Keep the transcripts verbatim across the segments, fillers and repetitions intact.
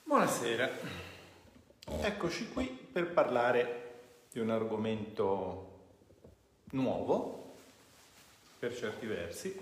Buonasera, eccoci qui per parlare di un argomento nuovo, per certi versi,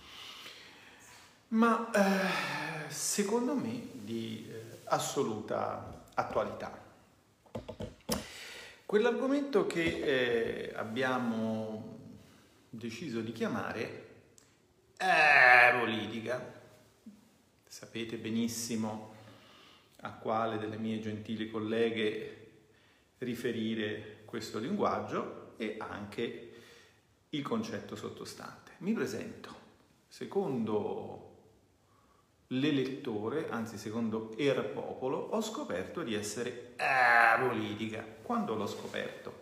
ma eh, secondo me di eh, assoluta attualità. Quell'argomento che eh, abbiamo deciso di chiamare è politica. Sapete benissimo a quale delle mie gentili colleghe riferire questo linguaggio e anche il concetto sottostante. Mi presento. Secondo l'elettore, anzi secondo il popolo, ho scoperto di essere apolitica. Quando l'ho scoperto?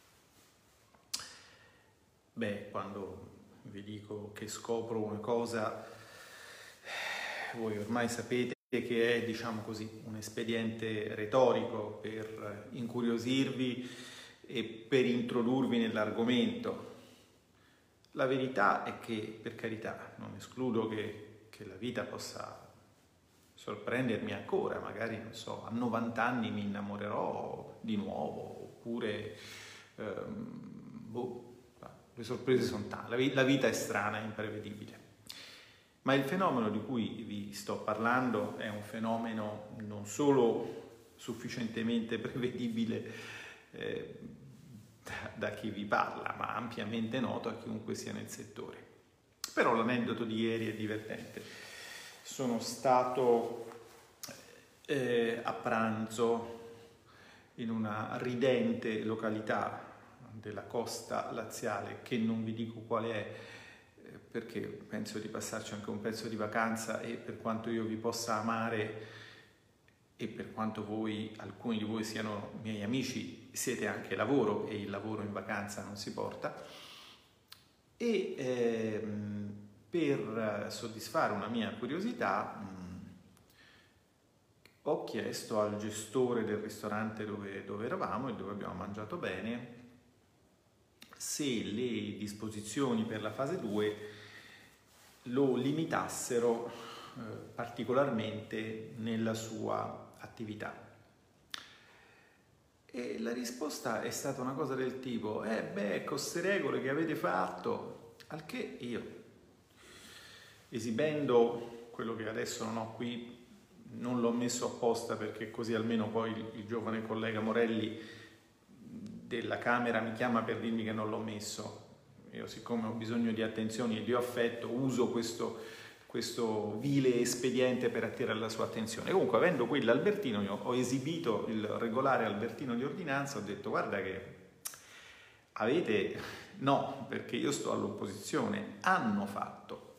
Beh, quando vi dico che scopro una cosa, voi ormai sapete che è, diciamo così, un espediente retorico per incuriosirvi e per introdurvi nell'argomento. La verità è che, per carità, non escludo che, che la vita possa sorprendermi ancora, magari, non so, a novanta anni mi innamorerò di nuovo, oppure, ehm, boh, le sorprese sono tante, la vita è strana e imprevedibile. Ma il fenomeno di cui vi sto parlando è un fenomeno non solo sufficientemente prevedibile eh, da, da chi vi parla, ma ampiamente noto a chiunque sia nel settore. Però l'aneddoto di ieri è divertente. Sono stato eh, a pranzo in una ridente località della costa laziale, che non vi dico qual è, perché penso di passarci anche un pezzo di vacanza, e per quanto io vi possa amare e per quanto voi, alcuni di voi siano miei amici, siete anche lavoro e il lavoro in vacanza non si porta, e ehm, per soddisfare una mia curiosità mh, ho chiesto al gestore del ristorante dove, dove eravamo e dove abbiamo mangiato bene se le disposizioni per la fase due lo limitassero eh, particolarmente nella sua attività. E la risposta è stata una cosa del tipo: eh beh, con queste regole che avete fatto, al che io, esibendo quello che adesso non ho qui, non l'ho messo apposta perché così almeno poi il, il giovane collega Morelli della Camera mi chiama per dirmi che non l'ho messo. Io, siccome ho bisogno di attenzioni e di affetto, uso questo, questo vile espediente per attirare la sua attenzione. Comunque, avendo qui l'Albertino, io ho esibito il regolare Albertino di ordinanza, ho detto: guarda che avete... no, perché io sto all'opposizione, hanno fatto.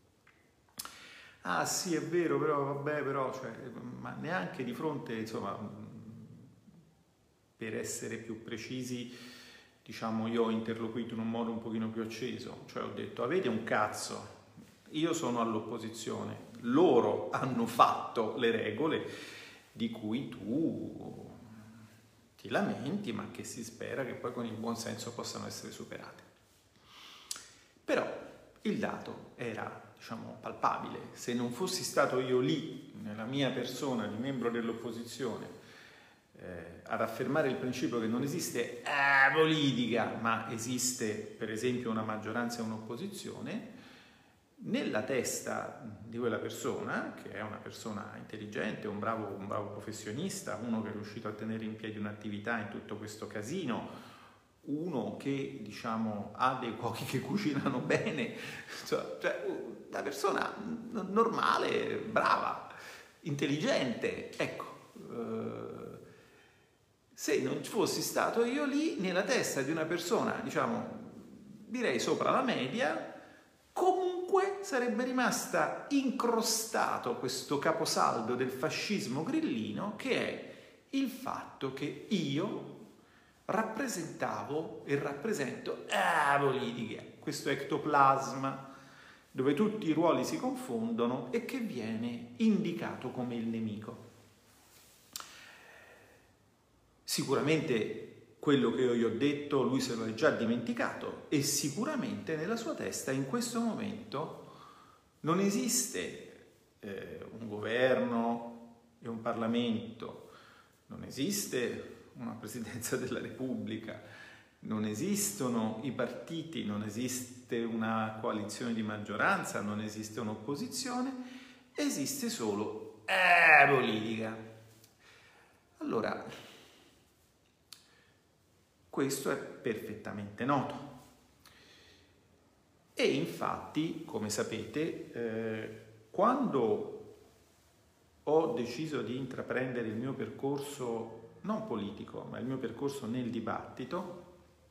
Ah sì, è vero, però vabbè, però, cioè, ma neanche di fronte, insomma... Per essere più precisi, diciamo, io ho interloquito in un modo un pochino più acceso, cioè ho detto: avete un cazzo, io sono all'opposizione, loro hanno fatto le regole di cui tu ti lamenti, ma che si spera che poi con il buon senso possano essere superate. Però il dato era, diciamo, palpabile. Se non fossi stato io lì, nella mia persona di membro dell'opposizione, Eh, ad affermare il principio che non esiste eh, politica, ma esiste per esempio una maggioranza e un'opposizione, nella testa di quella persona, che è una persona intelligente, un bravo, un bravo professionista, uno che è riuscito a tenere in piedi un'attività in tutto questo casino, uno che, diciamo, ha dei cuochi che cucinano bene, cioè, cioè una persona normale, brava, intelligente, ecco. Eh, Se non fossi stato io lì, nella testa di una persona, diciamo, direi sopra la media, comunque sarebbe rimasta incrostato questo caposaldo del fascismo grillino, che è il fatto che io rappresentavo e rappresento la politica, questo ectoplasma dove tutti i ruoli si confondono e che viene indicato come il nemico. Sicuramente quello che io gli ho detto lui se lo è già dimenticato, e sicuramente nella sua testa in questo momento non esiste eh, un governo e un Parlamento, non esiste una Presidenza della Repubblica, non esistono i partiti, non esiste una coalizione di maggioranza, non esiste un'opposizione, esiste solo eh, politica. Allora, questo è perfettamente noto. E infatti, come sapete, eh, quando ho deciso di intraprendere il mio percorso non politico, ma il mio percorso nel dibattito,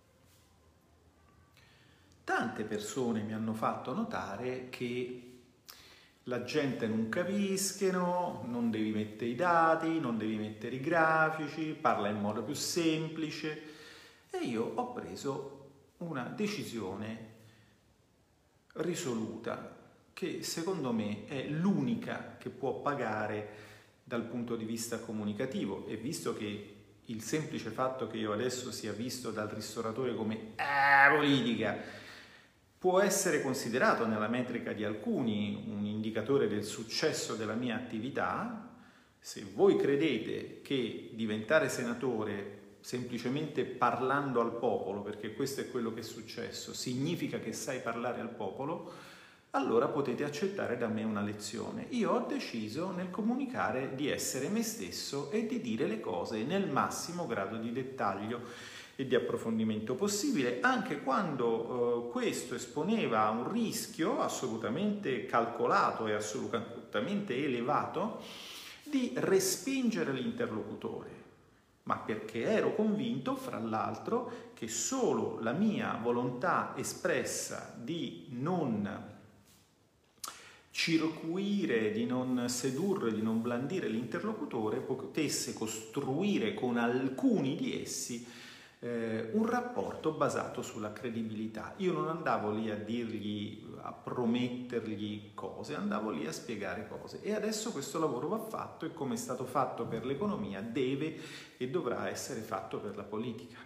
tante persone mi hanno fatto notare che la gente non capiscono, non devi mettere i dati, non devi mettere i grafici, parla in modo più semplice. E io ho preso una decisione risoluta che secondo me è l'unica che può pagare dal punto di vista comunicativo, e visto che il semplice fatto che io adesso sia visto dal ristoratore come eh, politica può essere considerato nella metrica di alcuni un indicatore del successo della mia attività, se voi credete che diventare senatore semplicemente parlando al popolo, perché questo è quello che è successo, significa che sai parlare al popolo, allora potete accettare da me una lezione. Io ho deciso nel comunicare di essere me stesso e di dire le cose nel massimo grado di dettaglio e di approfondimento possibile, anche quando eh, questo esponeva a un rischio assolutamente calcolato e assolutamente elevato di respingere l'interlocutore. Ma perché ero convinto, fra l'altro, che solo la mia volontà espressa di non circuire, di non sedurre, di non blandire l'interlocutore potesse costruire con alcuni di essi eh, un rapporto basato sulla credibilità. Io non andavo lì a dirgli, a promettergli cose, andavo lì a spiegare cose, e adesso questo lavoro va fatto, e come è stato fatto per l'economia deve e dovrà essere fatto per la politica.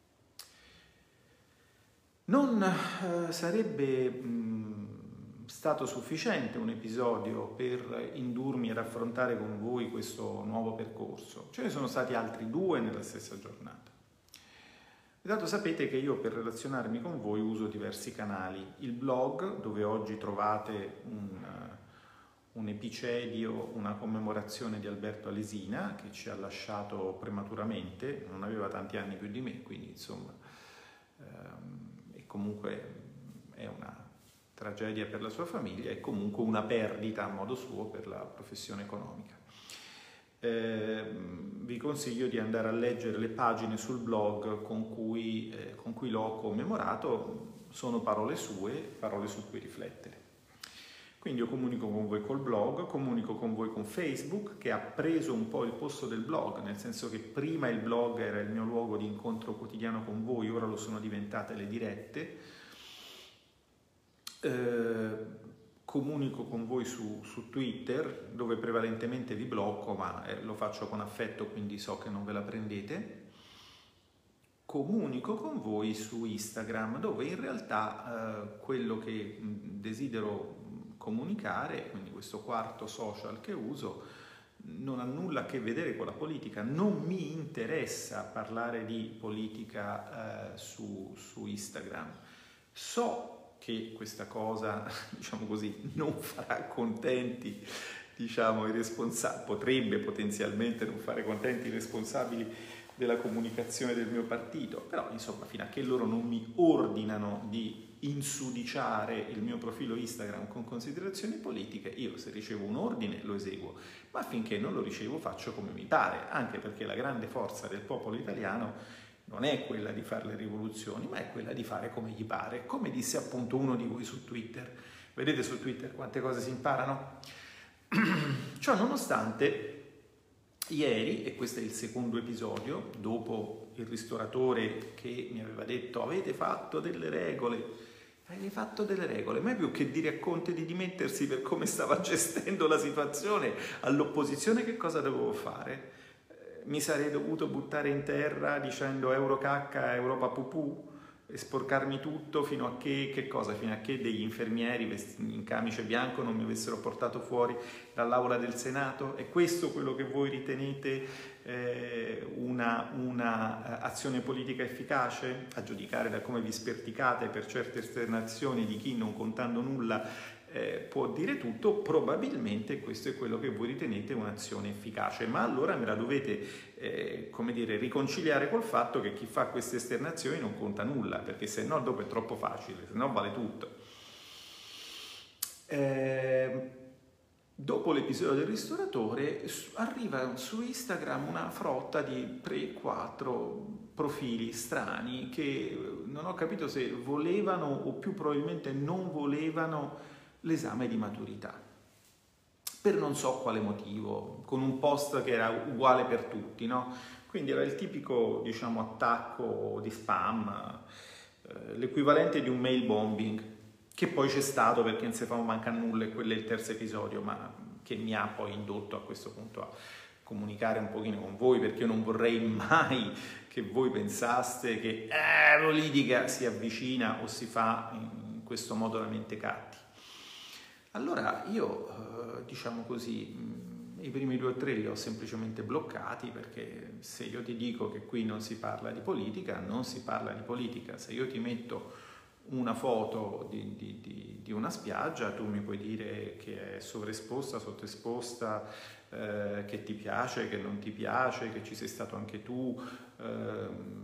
Non eh, sarebbe mh, stato sufficiente un episodio per indurmi ad affrontare con voi questo nuovo percorso, ce ne sono stati altri due nella stessa giornata. Intanto sapete che io per relazionarmi con voi uso diversi canali. Il blog, dove oggi trovate un, un epicedio, una commemorazione di Alberto Alesina, che ci ha lasciato prematuramente, non aveva tanti anni più di me, quindi insomma, ehm, e comunque è una tragedia per la sua famiglia, e comunque una perdita a modo suo per la professione economica. Eh, vi consiglio di andare a leggere le pagine sul blog con cui, eh, con cui l'ho commemorato, sono parole sue, parole su cui riflettere. Quindi io comunico con voi col blog, comunico con voi con Facebook, che ha preso un po' il posto del blog, nel senso che prima il blog era il mio luogo di incontro quotidiano con voi, ora lo sono diventate le dirette. Eh, Comunico con voi su, su Twitter, dove prevalentemente vi blocco, ma eh, lo faccio con affetto, quindi so che non ve la prendete. Comunico con voi su Instagram, dove in realtà eh, quello che desidero comunicare, quindi questo quarto social che uso, non ha nulla a che vedere con la politica. Non mi interessa parlare di politica eh, su, su Instagram. So che questa cosa, diciamo così, non farà contenti, diciamo, i responsabili, potrebbe potenzialmente non fare contenti i responsabili della comunicazione del mio partito, però insomma, fino a che loro non mi ordinano di insudiciare il mio profilo Instagram con considerazioni politiche, io se ricevo un ordine lo eseguo, ma finché non lo ricevo faccio come mi pare, anche perché la grande forza del popolo italiano non è quella di fare le rivoluzioni, ma è quella di fare come gli pare, come disse appunto uno di voi su Twitter. Vedete su Twitter quante cose si imparano? Ciò nonostante, ieri, e questo è il secondo episodio, dopo il ristoratore che mi aveva detto avete fatto delle regole, avete fatto delle regole, ma più che dire a Conte di dimettersi per come stava gestendo la situazione all'opposizione, che cosa dovevo fare? Mi sarei dovuto buttare in terra dicendo Euro cacca, Europa pupù, e sporcarmi tutto fino a che, che cosa? Fino a che degli infermieri in camice bianco non mi avessero portato fuori dall'aula del Senato? È questo quello che voi ritenete eh, una, una azione politica efficace? A giudicare da come vi sperticate per certe esternazioni di chi, non contando nulla, Eh, può dire tutto, probabilmente questo è quello che voi ritenete un'azione efficace, ma allora me la dovete eh, come dire, riconciliare col fatto che chi fa queste esternazioni non conta nulla, perché se no dopo è troppo facile, se no vale tutto. Eh, dopo l'episodio del ristoratore arriva su Instagram una frotta di tre quattro profili strani che non ho capito se volevano o più probabilmente non volevano l'esame di maturità, per non so quale motivo, con un post che era uguale per tutti, no? Quindi era il tipico, diciamo, attacco di spam, eh, l'equivalente di un mail bombing, che poi c'è stato perché non si fa manca nulla, e quello è il terzo episodio, ma che mi ha poi indotto a questo punto a comunicare un pochino con voi, perché io non vorrei mai che voi pensaste che eh, politica si avvicina o si fa in questo modo la mentecatti. Allora io, eh, diciamo così, mh, i primi due o tre li ho semplicemente bloccati, perché se io ti dico che qui non si parla di politica, non si parla di politica. Se io ti metto una foto di, di, di, di una spiaggia, tu mi puoi dire che è sovraesposta, sottoesposta, eh, che ti piace, che non ti piace, che ci sei stato anche tu, eh,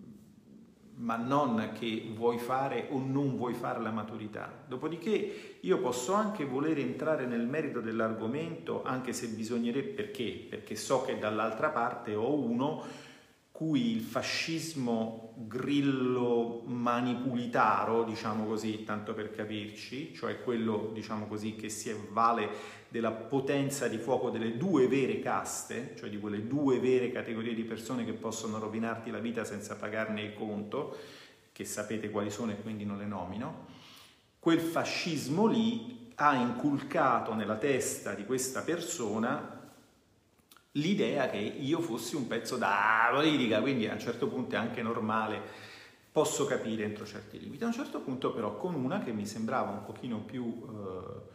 ma non che vuoi fare o non vuoi fare la maturità. Dopodiché io posso anche voler entrare nel merito dell'argomento, anche se bisognerebbe, perché? Perché so che dall'altra parte ho uno cui il fascismo grillo manipulitaro, diciamo così, tanto per capirci, cioè quello, diciamo così, che si avvale della potenza di fuoco delle due vere caste, cioè di quelle due vere categorie di persone che possono rovinarti la vita senza pagarne il conto, che sapete quali sono e quindi non le nomino. Quel fascismo lì ha inculcato nella testa di questa persona l'idea che io fossi un pezzo da politica, quindi a un certo punto è anche normale, posso capire entro certi limiti. A un certo punto però con una che mi sembrava un pochino più eh,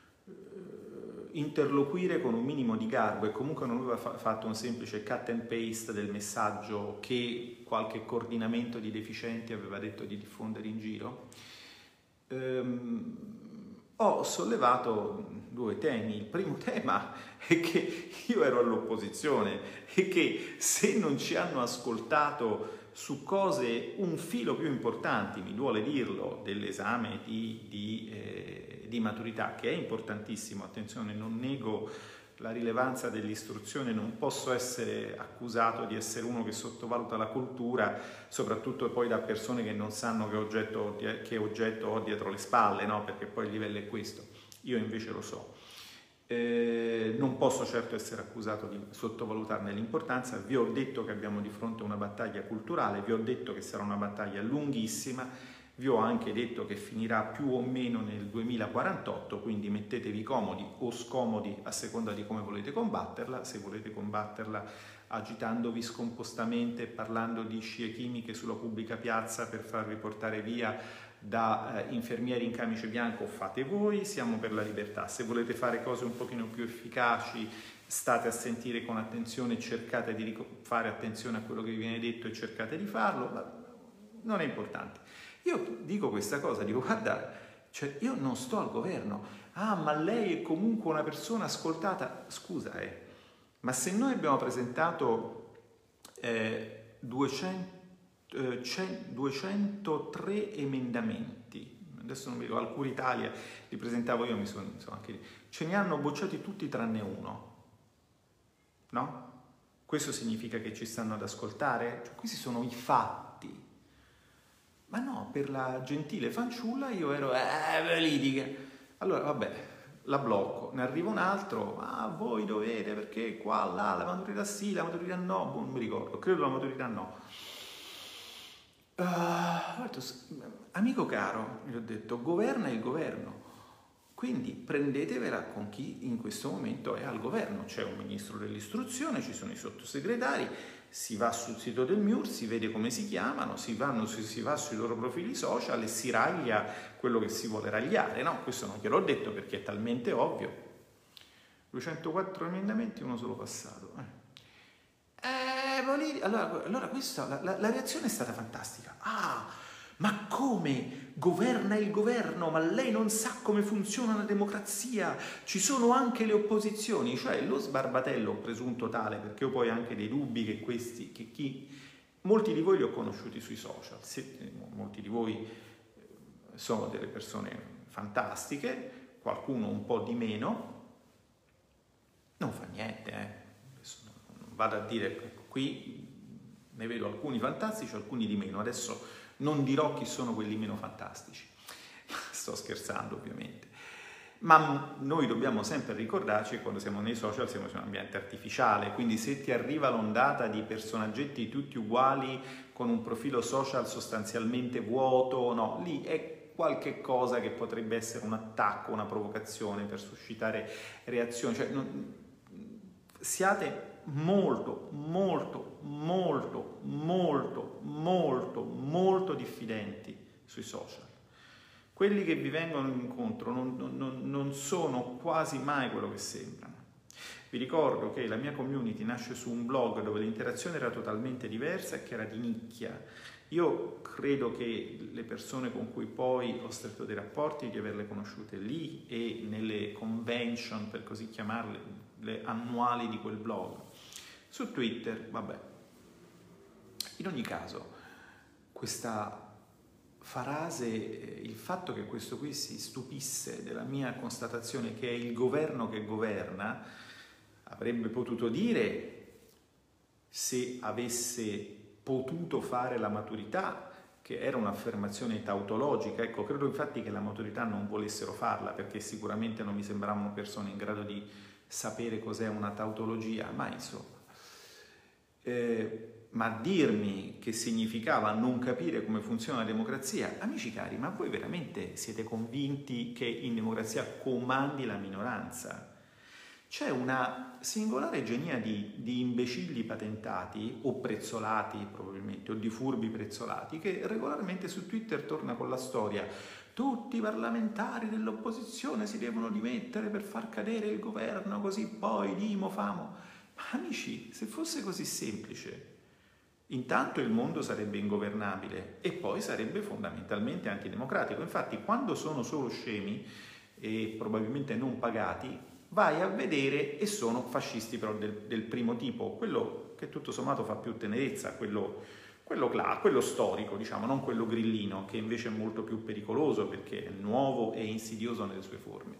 interloquire con un minimo di garbo, e comunque non aveva fa- fatto un semplice cut and paste del messaggio che qualche coordinamento di deficienti aveva detto di diffondere in giro, ehm, ho sollevato due temi. Il primo tema è che io ero all'opposizione e che se non ci hanno ascoltato su cose un filo più importanti, mi duole dirlo, dell'esame di, di, eh, di maturità, che è importantissimo, attenzione, non nego la rilevanza dell'istruzione, non posso essere accusato di essere uno che sottovaluta la cultura, soprattutto poi da persone che non sanno che oggetto, che oggetto ho dietro le spalle, no? Perché poi il livello è questo, io invece lo so. Eh, non posso certo essere accusato di sottovalutarne l'importanza. Vi ho detto che abbiamo di fronte una battaglia culturale, vi ho detto che sarà una battaglia lunghissima, vi ho anche detto che finirà più o meno nel duemilaquarantotto, quindi mettetevi comodi o scomodi a seconda di come volete combatterla. Se volete combatterla agitandovi scompostamente, parlando di scie chimiche sulla pubblica piazza per farvi portare via da eh, infermieri in camice bianco, fate voi, siamo per la libertà. Se volete fare cose un pochino più efficaci, state a sentire con attenzione, cercate di fare attenzione a quello che vi viene detto e cercate di farlo, ma non è importante. Io dico questa cosa, dico guarda, cioè io non sto al governo, ah ma lei è comunque una persona ascoltata, scusa eh, ma se noi abbiamo presentato eh, duecento duecentotre emendamenti, adesso non mi ricordo, al Cura Italia li presentavo io, mi sono, insomma, anche, ce ne hanno bocciati tutti tranne uno, no? Questo significa che ci stanno ad ascoltare? Cioè, questi sono i fatti. Ma no, per la gentile fanciulla io ero eh, politica. Allora vabbè, la blocco, ne arriva un altro, ah voi dovete, perché qua, là, la maturità sì, la maturità no, boh, non mi ricordo, credo la maturità no. Uh, amico caro, gli ho detto, governa il governo, quindi prendetevela con chi in questo momento è al governo. C'è un ministro dell'istruzione, ci sono i sottosegretari, si va sul sito del M I U R, si vede come si chiamano, si, vanno, si va sui loro profili social e si raglia quello che si vuole ragliare. No, questo non gliel'ho detto perché è talmente ovvio. duecentoquattro emendamenti, uno solo passato. Eh, eh allora, allora questa, la, la, la reazione è stata fantastica. Ah, ma come? Governa il governo, ma lei non sa come funziona la democrazia, ci sono anche le opposizioni, cioè lo sbarbatello presunto tale, perché ho poi anche dei dubbi che questi, che chi, molti di voi li ho conosciuti sui social, se, molti di voi sono delle persone fantastiche, qualcuno un po' di meno, non fa niente, eh. Adesso non vado a dire, qui ne vedo alcuni fantastici, alcuni di meno, adesso non dirò chi sono quelli meno fantastici, sto scherzando ovviamente, ma noi dobbiamo sempre ricordarci che quando siamo nei social siamo in un ambiente artificiale, quindi se ti arriva l'ondata di personaggetti tutti uguali con un profilo social sostanzialmente vuoto, no, lì è qualche cosa che potrebbe essere un attacco, una provocazione per suscitare reazioni, cioè non, siate molto, molto, molto, molto, molto, molto diffidenti sui social. Quelli che vi vengono incontro non, non, non sono quasi mai quello che sembrano. Vi ricordo che la mia community nasce su un blog dove l'interazione era totalmente diversa e che era di nicchia. Io credo che le persone con cui poi ho stretto dei rapporti, di averle conosciute lì e nelle convention, per così chiamarle, le annuali di quel blog. Su Twitter, vabbè. In ogni caso, questa frase, il fatto che questo qui si stupisse della mia constatazione che è il governo che governa, avrebbe potuto dire, se avesse potuto fare la maturità, che era un'affermazione tautologica. Ecco, credo infatti che la maturità non volessero farla, perché sicuramente non mi sembravano persone in grado di sapere cos'è una tautologia, ma insomma. Eh, ma dirmi che significava non capire come funziona la democrazia, amici cari, ma voi veramente siete convinti che in democrazia comandi la minoranza? C'è una singolare genia di, di imbecilli patentati o prezzolati probabilmente, o di furbi prezzolati, che regolarmente su Twitter torna con la storia: tutti i parlamentari dell'opposizione si devono dimettere per far cadere il governo, così poi dimo famo. Ma amici, se fosse così semplice, intanto il mondo sarebbe ingovernabile e poi sarebbe fondamentalmente antidemocratico. Infatti, quando sono solo scemi e probabilmente non pagati, vai a vedere e sono fascisti però del, del primo tipo, quello che tutto sommato fa più tenerezza, quello, quello, quello storico, diciamo, non quello grillino, che invece è molto più pericoloso perché è nuovo e insidioso nelle sue forme.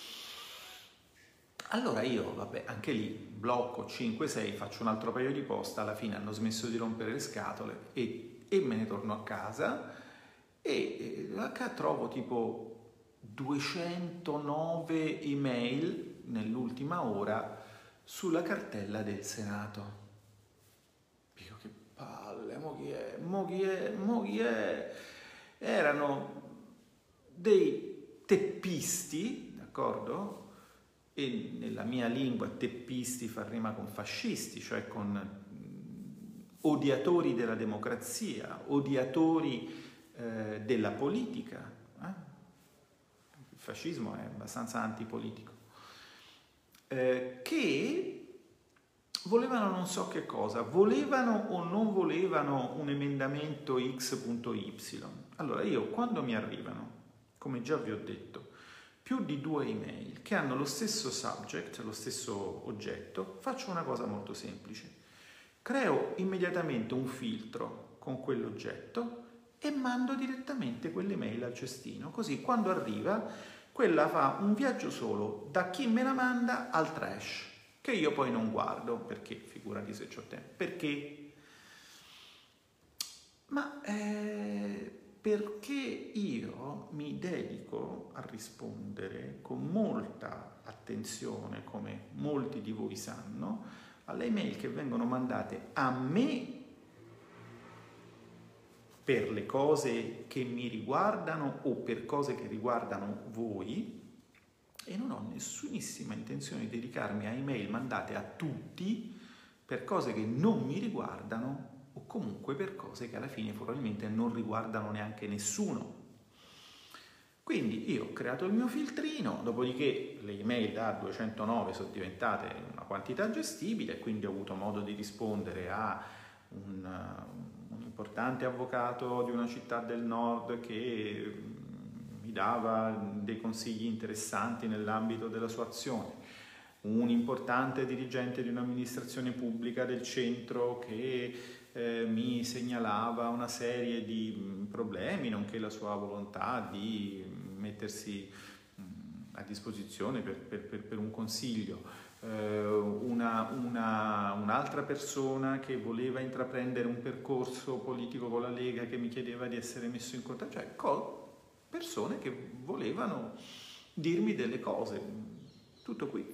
Allora io, vabbè, anche lì blocco cinque sei, faccio un altro paio di post, alla fine hanno smesso di rompere le scatole e, e me ne torno a casa e, e acá trovo tipo duecentonove email nell'ultima ora sulla cartella del Senato. Dico, che palle, mo chi è, mo chi è, mo chi è? Erano dei teppisti, d'accordo? E nella mia lingua teppisti fa rima con fascisti, cioè con odiatori della democrazia, odiatori eh, della politica. Eh? Il fascismo è abbastanza antipolitico. Eh, che volevano non so che cosa, volevano o non volevano un emendamento X punto Y. Allora io, quando mi arrivano, come già vi ho detto, più di due email che hanno lo stesso subject, lo stesso oggetto, faccio una cosa molto semplice. Creo immediatamente un filtro con quell'oggetto e mando direttamente quell'email al cestino, così quando arriva quella fa un viaggio solo da chi me la manda al trash, che io poi non guardo, perché figurati se c'ho tempo, perché? Ma eh, perché io mi dedico a rispondere con molta attenzione, come molti di voi sanno, alle email che vengono mandate a me per le cose che mi riguardano o per cose che riguardano voi, e non ho nessunissima intenzione di dedicarmi a email mandate a tutti per cose che non mi riguardano o comunque per cose che alla fine probabilmente non riguardano neanche nessuno. Quindi io ho creato il mio filtrino, dopodiché le email da duecentonove sono diventate una quantità gestibile, quindi ho avuto modo di rispondere a un, un importante avvocato di una città del nord che mi dava dei consigli interessanti nell'ambito della sua azione, un importante dirigente di un'amministrazione pubblica del centro che eh, mi segnalava una serie di problemi, nonché la sua volontà di mettersi a disposizione per, per, per, per un consiglio, eh, una, una, un'altra persona che voleva intraprendere un percorso politico con la Lega che mi chiedeva di essere messo in contatto, cioè persone che volevano dirmi delle cose, tutto qui.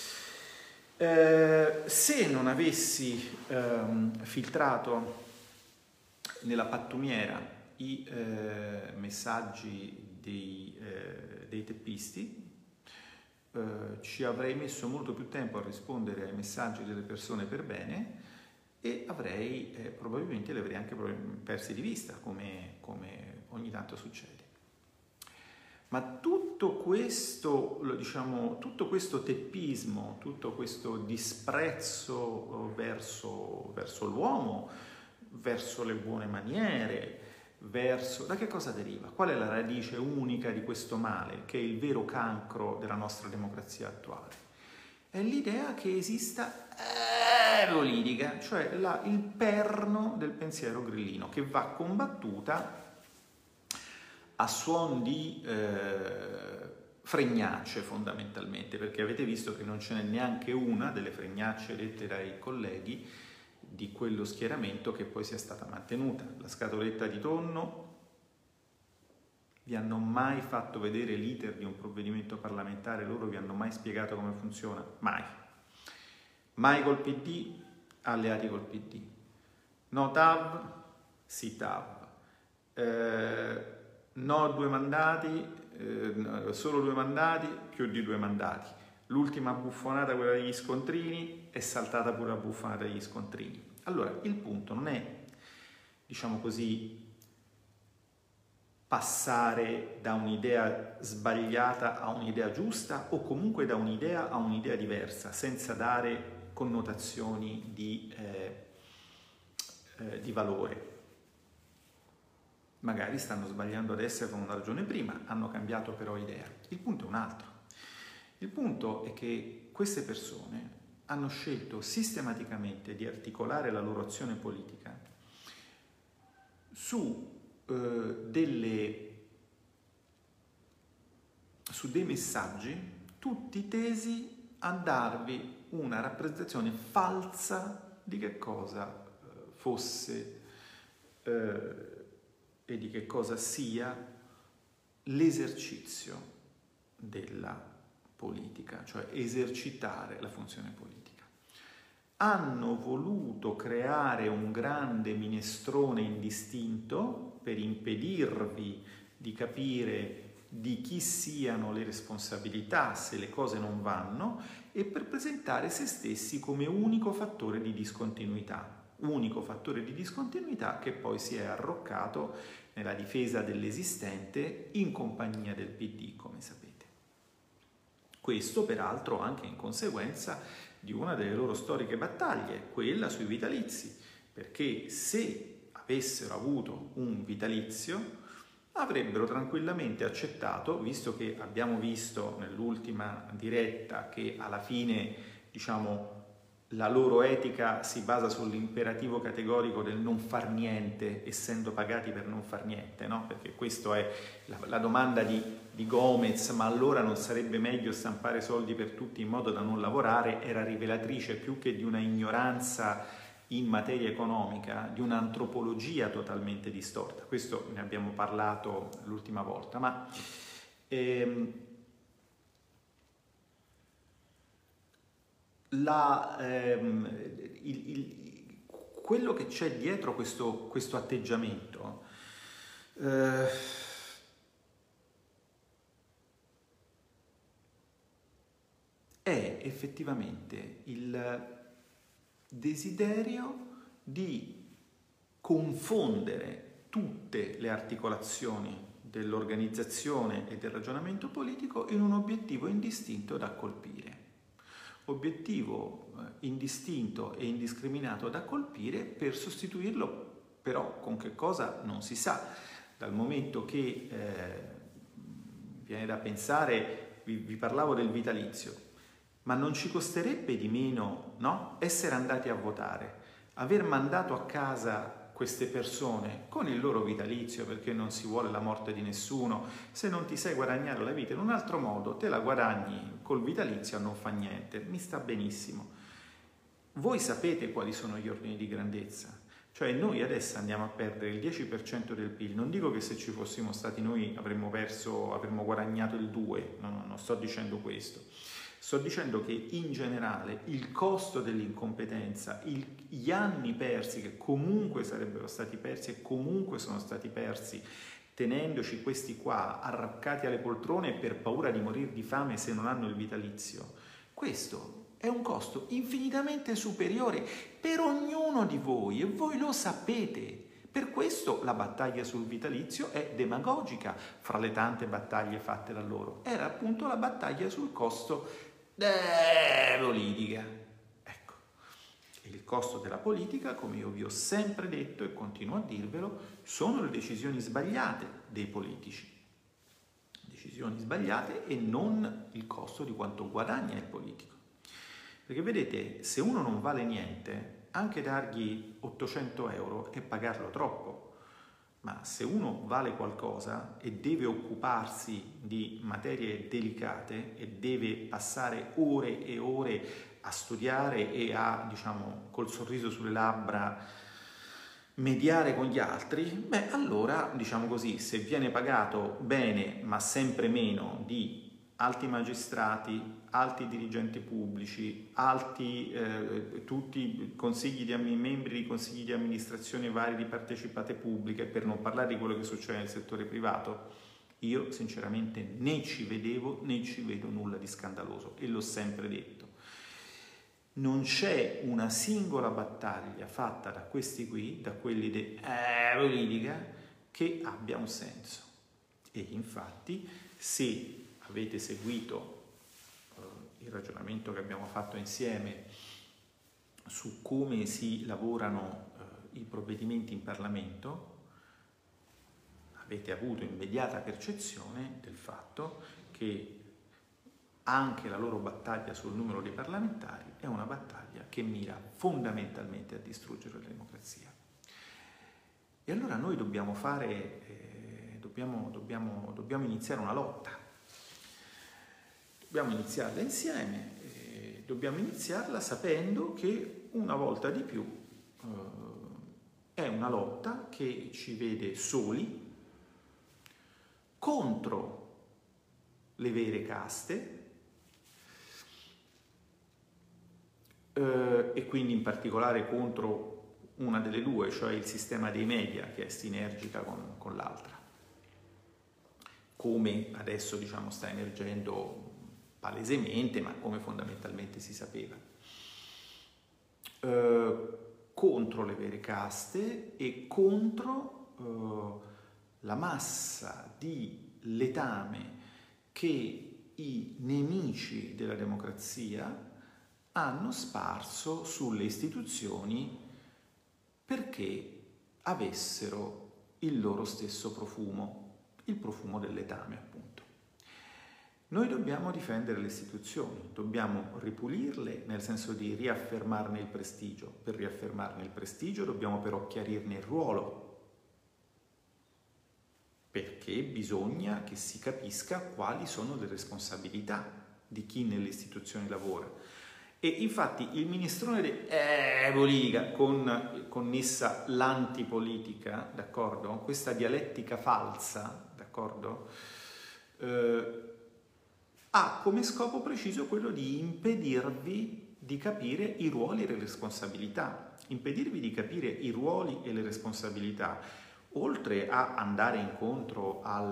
Eh, se non avessi ehm, filtrato nella pattumiera i eh, messaggi dei, eh, dei teppisti, eh, ci avrei messo molto più tempo a rispondere ai messaggi delle persone per bene e avrei eh, probabilmente li avrei anche persi di vista, come, come ogni tanto succede. Ma tutto questo, diciamo, tutto questo teppismo, tutto questo disprezzo verso, verso l'uomo, verso le buone maniere, verso... da che cosa deriva? Qual è la radice unica di questo male, che è il vero cancro della nostra democrazia attuale? È l'idea che esista eh, politica, cioè la, il perno del pensiero grillino, che va combattuta a suon di eh, fregnacce fondamentalmente, perché avete visto che non ce n'è neanche una delle fregnacce dette dai colleghi di quello schieramento che poi sia stata mantenuta. La scatoletta di tonno, vi hanno mai fatto vedere l'iter di un provvedimento parlamentare, loro vi hanno mai spiegato come funziona? Mai. Mai col P D, alleati col P D. No T A V, sì T A V. Eh, no due mandati, eh, solo due mandati, più di due mandati. L'ultima buffonata, quella degli scontrini, è saltata pure la buffonata degli scontrini. Allora, il punto non è, diciamo così, passare da un'idea sbagliata a un'idea giusta o comunque da un'idea a un'idea diversa, senza dare connotazioni di, eh, eh, di valore. Magari stanno sbagliando adesso con una ragione prima, hanno cambiato però idea. Il punto è un altro. Il punto è che queste persone hanno scelto sistematicamente di articolare la loro azione politica su, eh, delle, su dei messaggi tutti tesi a darvi una rappresentazione falsa di che cosa eh, fosse eh, e di che cosa sia l'esercizio della politica, cioè esercitare la funzione politica. Hanno voluto creare un grande minestrone indistinto per impedirvi di capire di chi siano le responsabilità se le cose non vanno e per presentare se stessi come unico fattore di discontinuità. Unico fattore di discontinuità che poi si è arroccato nella difesa dell'esistente in compagnia del P D, come sapete. Questo peraltro anche in conseguenza di una delle loro storiche battaglie, quella sui vitalizi, perché se avessero avuto un vitalizio avrebbero tranquillamente accettato, visto che abbiamo visto nell'ultima diretta che alla fine, diciamo, la loro etica si basa sull'imperativo categorico del non far niente, essendo pagati per non far niente, no? Perché questa è la, la domanda di, di Gomez, ma allora non sarebbe meglio stampare soldi per tutti in modo da non lavorare? Era rivelatrice più che di una ignoranza in materia economica, di un'antropologia totalmente distorta. Questo ne abbiamo parlato l'ultima volta, ma... Ehm, La, ehm, il, il, quello che c'è dietro questo, questo atteggiamento eh, effettivamente il desiderio di confondere tutte le articolazioni dell'organizzazione e del ragionamento politico in un obiettivo indistinto da colpire. Obiettivo eh, indistinto e indiscriminato da colpire, per sostituirlo però con che cosa non si sa, dal momento che eh, viene da pensare, vi, vi parlavo del vitalizio, ma non ci costerebbe di meno, no? Essere andati a votare, aver mandato a casa queste persone con il loro vitalizio, perché non si vuole la morte di nessuno. Se non ti sai guadagnare la vita in un altro modo, te la guadagni col vitalizio, non fa niente, mi sta benissimo. Voi sapete quali sono gli ordini di grandezza? Cioè noi adesso andiamo a perdere il dieci per cento del P I L, non dico che se ci fossimo stati noi avremmo perso, avremmo guadagnato il due, no, no, non sto dicendo questo. Sto dicendo che in generale il costo dell'incompetenza, il, gli anni persi, che comunque sarebbero stati persi e comunque sono stati persi, tenendoci questi qua arraccati alle poltrone per paura di morire di fame se non hanno il vitalizio, questo è un costo infinitamente superiore per ognuno di voi e voi lo sapete. Per questo la battaglia sul vitalizio è demagogica fra le tante battaglie fatte da loro. Era appunto la battaglia sul costo della politica. Ecco, e il costo della politica, come io vi ho sempre detto e continuo a dirvelo, sono le decisioni sbagliate dei politici. Decisioni sbagliate e non il costo di quanto guadagna il politico. Perché vedete, se uno non vale niente, anche dargli ottocento euro è pagarlo troppo. Ma se uno vale qualcosa e deve occuparsi di materie delicate e deve passare ore e ore a studiare e a, diciamo, col sorriso sulle labbra, mediare con gli altri, beh, allora, diciamo così, se viene pagato bene, ma sempre meno di alti magistrati, alti dirigenti pubblici, alti eh, tutti consigli di membri di consigli di amministrazione vari di partecipate pubbliche, per non parlare di quello che succede nel settore privato, io sinceramente né ci vedevo né ci vedo nulla di scandaloso e l'ho sempre detto. Non c'è una singola battaglia fatta da questi qui, da quelli di eh, politica, che abbia un senso. E infatti, se avete seguito il ragionamento che abbiamo fatto insieme su come si lavorano eh, i provvedimenti in Parlamento, avete avuto immediata percezione del fatto che anche la loro battaglia sul numero dei parlamentari è una battaglia che mira fondamentalmente a distruggere la democrazia. E allora noi dobbiamo fare, eh, dobbiamo, dobbiamo, dobbiamo iniziare una lotta. Dobbiamo iniziarla insieme, eh, dobbiamo iniziarla sapendo che una volta di più eh, è una lotta che ci vede soli contro le vere caste eh, e quindi in particolare contro una delle due, cioè il sistema dei media, che è sinergica con, con l'altra, come adesso, diciamo, sta emergendo palesemente, ma come fondamentalmente si sapeva, eh, contro le vere caste e contro eh, la massa di letame che i nemici della democrazia hanno sparso sulle istituzioni perché avessero il loro stesso profumo, il profumo del letame, appunto. Noi dobbiamo difendere le istituzioni, dobbiamo ripulirle nel senso di riaffermarne il prestigio. Per riaffermarne il prestigio dobbiamo però chiarirne il ruolo, perché bisogna che si capisca quali sono le responsabilità di chi nelle istituzioni lavora. E infatti il minestrone di eh, politica, con connessa l'antipolitica, d'accordo? Questa dialettica falsa, d'accordo? Eh, ha come scopo preciso quello di impedirvi di capire i ruoli e le responsabilità. Impedirvi di capire i ruoli e le responsabilità, oltre a andare incontro al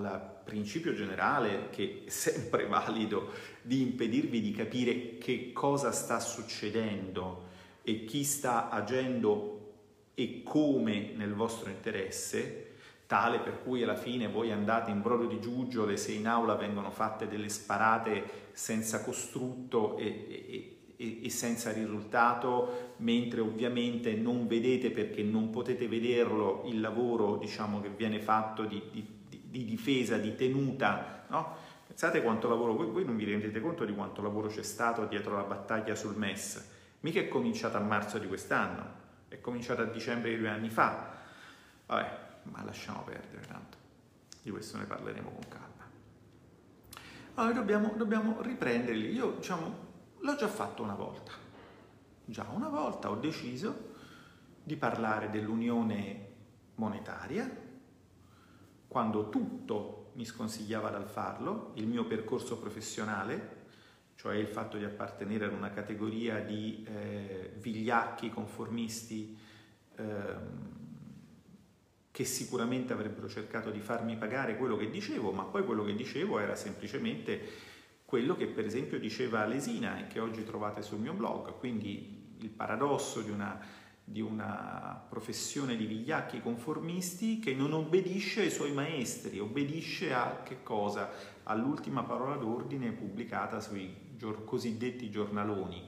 principio generale, che è sempre valido, di impedirvi di capire che cosa sta succedendo e chi sta agendo e come nel vostro interesse, tale per cui alla fine voi andate in brodo di giuggiole se in aula vengono fatte delle sparate senza costrutto e, e, e, e senza risultato, mentre ovviamente non vedete, perché non potete vederlo, il lavoro, diciamo, che viene fatto di, di, di difesa, di tenuta, no? Pensate quanto lavoro, voi, voi non vi rendete conto di quanto lavoro c'è stato dietro la battaglia sul M E S. Mica è cominciata a marzo di quest'anno, è cominciata a dicembre di due anni fa. Vabbè, ma lasciamo perdere, tanto di questo ne parleremo con calma. Allora dobbiamo, dobbiamo riprenderli. Io, diciamo, l'ho già fatto una volta. Già una volta ho deciso di parlare dell'unione monetaria, quando tutto mi sconsigliava dal farlo, il mio percorso professionale, cioè il fatto di appartenere ad una categoria di eh, vigliacchi conformisti eh, che sicuramente avrebbero cercato di farmi pagare quello che dicevo, ma poi quello che dicevo era semplicemente quello che per esempio diceva Lesina e che oggi trovate sul mio blog, quindi il paradosso di una, di una professione di vigliacchi conformisti che non obbedisce ai suoi maestri, obbedisce a che cosa? All'ultima parola d'ordine pubblicata sui gior- cosiddetti giornaloni.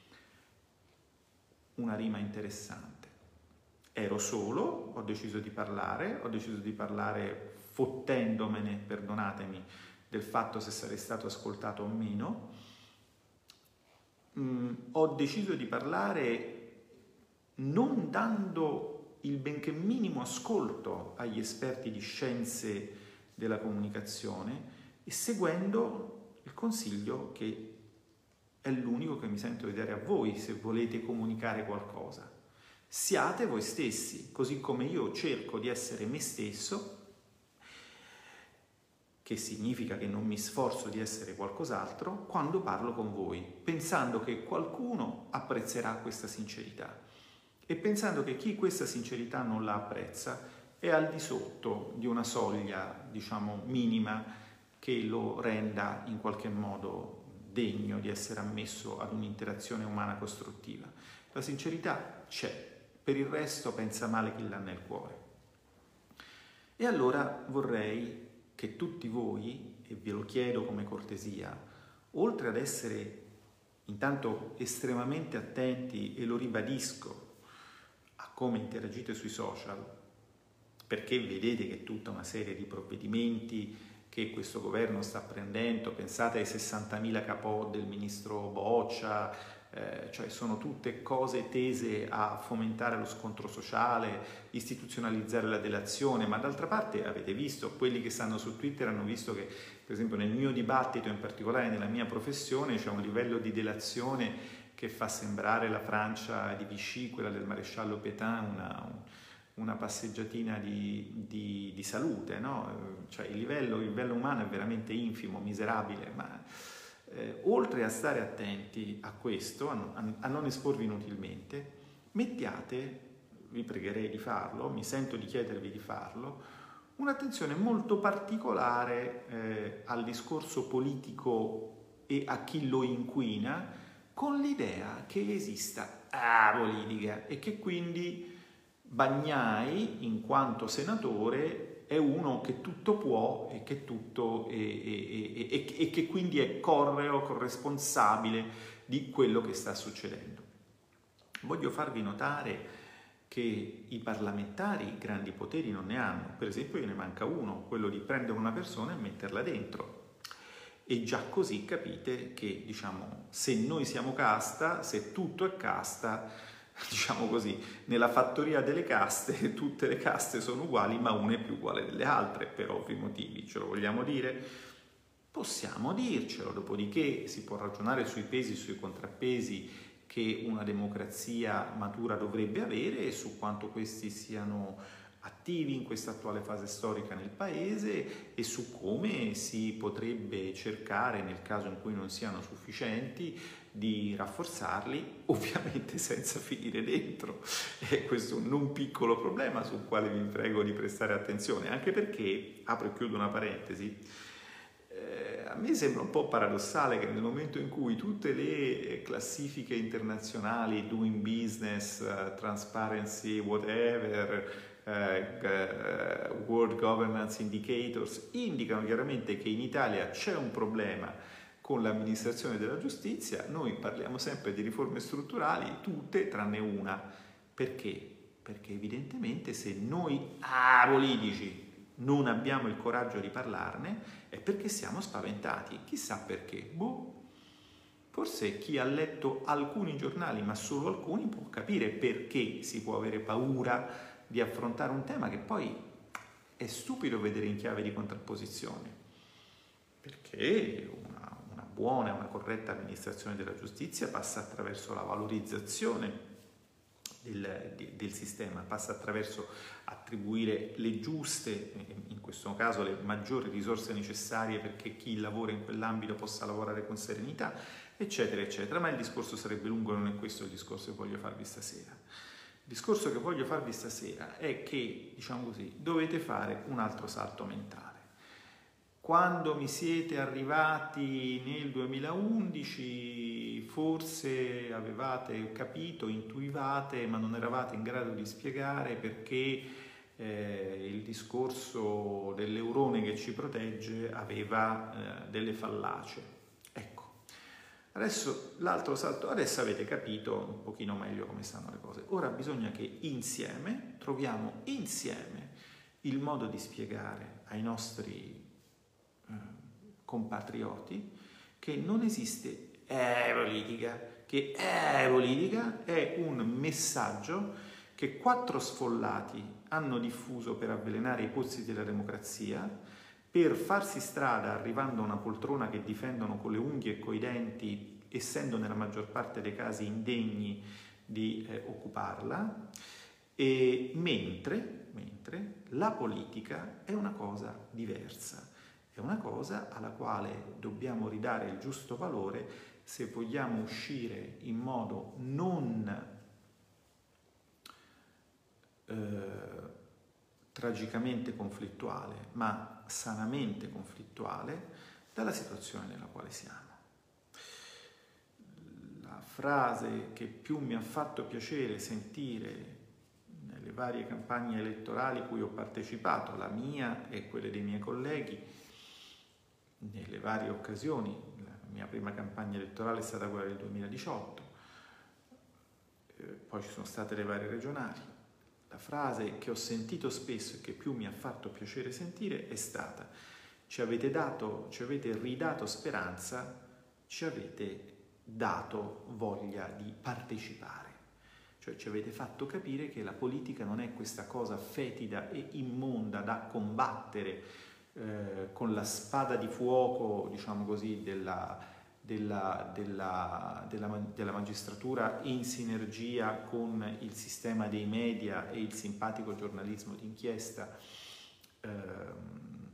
Una rima interessante. Ero solo, ho deciso di parlare, ho deciso di parlare fottendomene, perdonatemi, del fatto se sarei stato ascoltato o meno. Mm, ho deciso di parlare non dando il benché minimo ascolto agli esperti di scienze della comunicazione e seguendo il consiglio che è l'unico che mi sento di dare a voi se volete comunicare qualcosa. Siate voi stessi, così come io cerco di essere me stesso, che significa che non mi sforzo di essere qualcos'altro, quando parlo con voi, pensando che qualcuno apprezzerà questa sincerità e pensando che chi questa sincerità non la apprezza è al di sotto di una soglia, diciamo, minima che lo renda in qualche modo degno di essere ammesso ad un'interazione umana costruttiva. La sincerità c'è. Per il resto pensa male chi l'ha nel cuore. E allora vorrei che tutti voi, e ve lo chiedo come cortesia, oltre ad essere intanto estremamente attenti, e lo ribadisco, a come interagite sui social, perché vedete che tutta una serie di provvedimenti che questo governo sta prendendo, pensate ai sessantamila capò del ministro Boccia, Eh, cioè sono tutte cose tese a fomentare lo scontro sociale, istituzionalizzare la delazione, ma d'altra parte avete visto, quelli che stanno su Twitter hanno visto che per esempio nel mio dibattito, in particolare nella mia professione, c'è un livello di delazione che fa sembrare la Francia di Vichy, quella del maresciallo Pétain, una, una passeggiatina di, di, di salute, no? Cioè il livello, il livello umano è veramente infimo, miserabile, ma Eh, oltre a stare attenti a questo, a, a, a non esporvi inutilmente, mettiate, vi pregherei di farlo, mi sento di chiedervi di farlo, un'attenzione molto particolare eh, al discorso politico e a chi lo inquina, con l'idea che esista la politica e che quindi Bagnai, in quanto senatore, è uno che tutto può e che tutto e, e, e, e che quindi è correo, corresponsabile di quello che sta succedendo. Voglio farvi notare che i parlamentari grandi poteri non ne hanno. Per esempio gliene manca uno, quello di prendere una persona e metterla dentro. E già così capite che, diciamo, se noi siamo casta, se tutto è casta, diciamo così, nella fattoria delle caste tutte le caste sono uguali, ma una è più uguale delle altre, per ovvi motivi. Ce lo vogliamo dire? Possiamo dircelo, dopodiché si può ragionare sui pesi e sui contrappesi che una democrazia matura dovrebbe avere e su quanto questi siano attivi in questa attuale fase storica nel paese e su come si potrebbe cercare, nel caso in cui non siano sufficienti, di rafforzarli, ovviamente senza finire dentro. E questo è un non piccolo problema sul quale vi prego di prestare attenzione, anche perché, apro e chiudo una parentesi, eh, a me sembra un po' paradossale che nel momento in cui tutte le classifiche internazionali, Doing Business, uh, Transparency, whatever, Uh, uh, World Governance Indicators indicano chiaramente che in Italia c'è un problema con l'amministrazione della giustizia, noi parliamo sempre di riforme strutturali, tutte tranne una. Perché? Perché evidentemente se noi ah, politici non abbiamo il coraggio di parlarne è perché siamo spaventati. Chissà perché. Boh. Forse chi ha letto alcuni giornali, ma solo alcuni, può capire perché si può avere paura di affrontare un tema che poi è stupido vedere in chiave di contrapposizione, perché una, una buona, una corretta amministrazione della giustizia passa attraverso la valorizzazione del, di, del sistema, passa attraverso attribuire le giuste, in questo caso le maggiori risorse necessarie perché chi lavora in quell'ambito possa lavorare con serenità, eccetera, eccetera. Ma il discorso sarebbe lungo, non è questo il discorso che voglio farvi stasera. Il discorso che voglio farvi stasera è che, diciamo così, dovete fare un altro salto mentale. Quando mi siete arrivati nel duemilaundici, forse avevate capito, intuivate, ma non eravate in grado di spiegare perché eh, il discorso dell'eurone che ci protegge aveva eh, delle fallacie. Adesso l'altro salto, adesso avete capito un pochino meglio come stanno le cose. Ora bisogna che insieme troviamo insieme il modo di spiegare ai nostri eh, compatrioti che non esiste eh, politica, che eh, politica è un messaggio che quattro sfollati hanno diffuso per avvelenare i pozzi della democrazia, per farsi strada arrivando a una poltrona che difendono con le unghie e coi denti, essendo nella maggior parte dei casi indegni di eh, occuparla, e mentre, mentre la politica è una cosa diversa, è una cosa alla quale dobbiamo ridare il giusto valore se vogliamo uscire in modo non eh, tragicamente conflittuale, ma sanamente conflittuale dalla situazione nella quale siamo. La frase che più mi ha fatto piacere sentire nelle varie campagne elettorali cui ho partecipato, la mia e quelle dei miei colleghi, nelle varie occasioni, la mia prima campagna elettorale è stata quella del duemiladiciotto, poi ci sono state le varie regionali. La frase che ho sentito spesso e che più mi ha fatto piacere sentire è stata: ci avete dato, ci avete ridato speranza, ci avete dato voglia di partecipare. Cioè ci avete fatto capire che la politica non è questa cosa fetida e immonda da combattere eh, con la spada di fuoco, diciamo così, della... Della, della, della, della magistratura in sinergia con il sistema dei media e il simpatico giornalismo d'inchiesta ehm,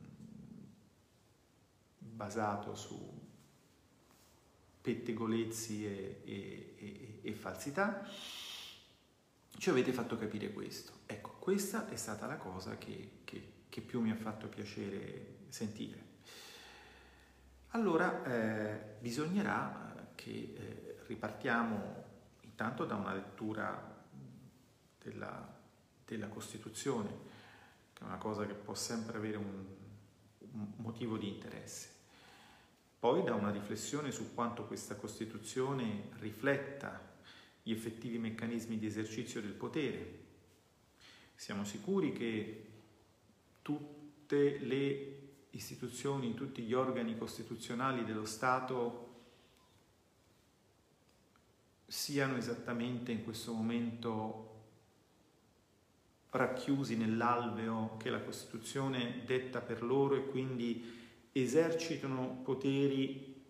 basato su pettegolezzi e, e, e, e falsità. Ci avete fatto capire questo. Ecco, questa è stata la cosa che, che, che più mi ha fatto piacere sentire. Allora eh, bisognerà che eh, ripartiamo intanto da una lettura della, della Costituzione, che è una cosa che può sempre avere un, un motivo di interesse, poi da una riflessione su quanto questa Costituzione rifletta gli effettivi meccanismi di esercizio del potere. Siamo sicuri che tutte le istituzioni, tutti gli organi costituzionali dello Stato siano esattamente in questo momento racchiusi nell'alveo che la Costituzione detta per loro e quindi esercitano poteri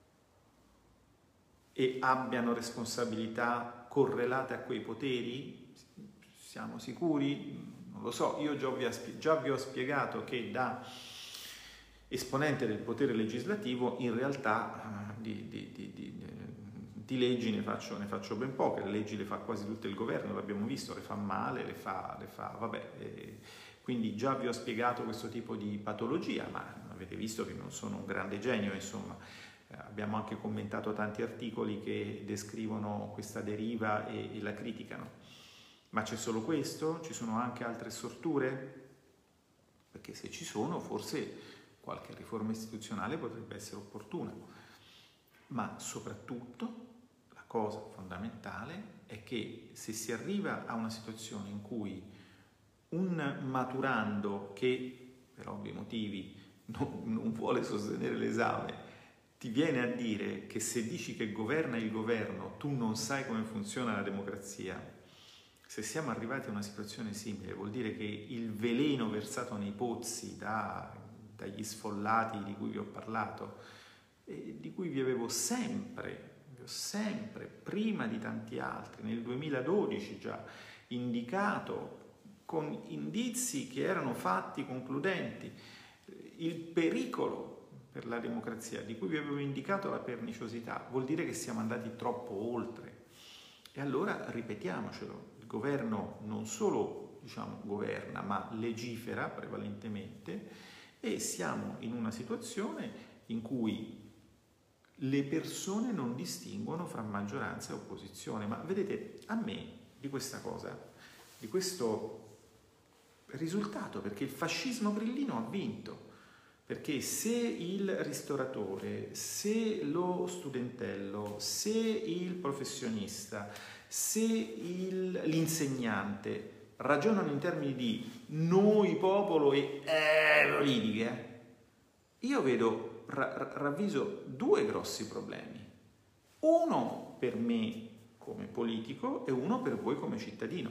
e abbiano responsabilità correlate a quei poteri? Siamo sicuri? Non lo so, io già vi, già vi ho spiegato che da esponente del potere legislativo in realtà di, di, di, di, di leggi ne faccio, ne faccio ben poche, le leggi le fa quasi tutto il governo, l'abbiamo visto, le fa male, le fa, le fa vabbè, eh, quindi già vi ho spiegato questo tipo di patologia, ma avete visto che non sono un grande genio, insomma, eh, abbiamo anche commentato tanti articoli che descrivono questa deriva e, e la criticano. Ma c'è solo questo? Ci sono anche altre storture? Perché se ci sono, forse qualche riforma istituzionale potrebbe essere opportuna. Ma soprattutto la cosa fondamentale è che se si arriva a una situazione in cui un maturando che per ovvi motivi non, non vuole sostenere l'esame ti viene a dire che se dici che governa il governo tu non sai come funziona la democrazia, se siamo arrivati a una situazione simile vuol dire che il veleno versato nei pozzi da, dagli sfollati di cui vi ho parlato, e di cui vi avevo sempre, vi ho sempre, prima di tanti altri, nel duemiladodici già, indicato con indizi che erano fatti concludenti, il pericolo per la democrazia, di cui vi avevo indicato la perniciosità, vuol dire che siamo andati troppo oltre. E allora ripetiamocelo, il governo non solo, diciamo, governa, ma legifera prevalentemente, e siamo in una situazione in cui le persone non distinguono fra maggioranza e opposizione. Ma vedete, a me di questa cosa, di questo risultato, perché il fascismo grillino ha vinto, perché se il ristoratore, se lo studentello, se il professionista, se il, l'insegnante ragionano in termini di noi popolo e eh, politiche, io vedo, ra, ravviso due grossi problemi. Uno per me come politico e uno per voi come cittadino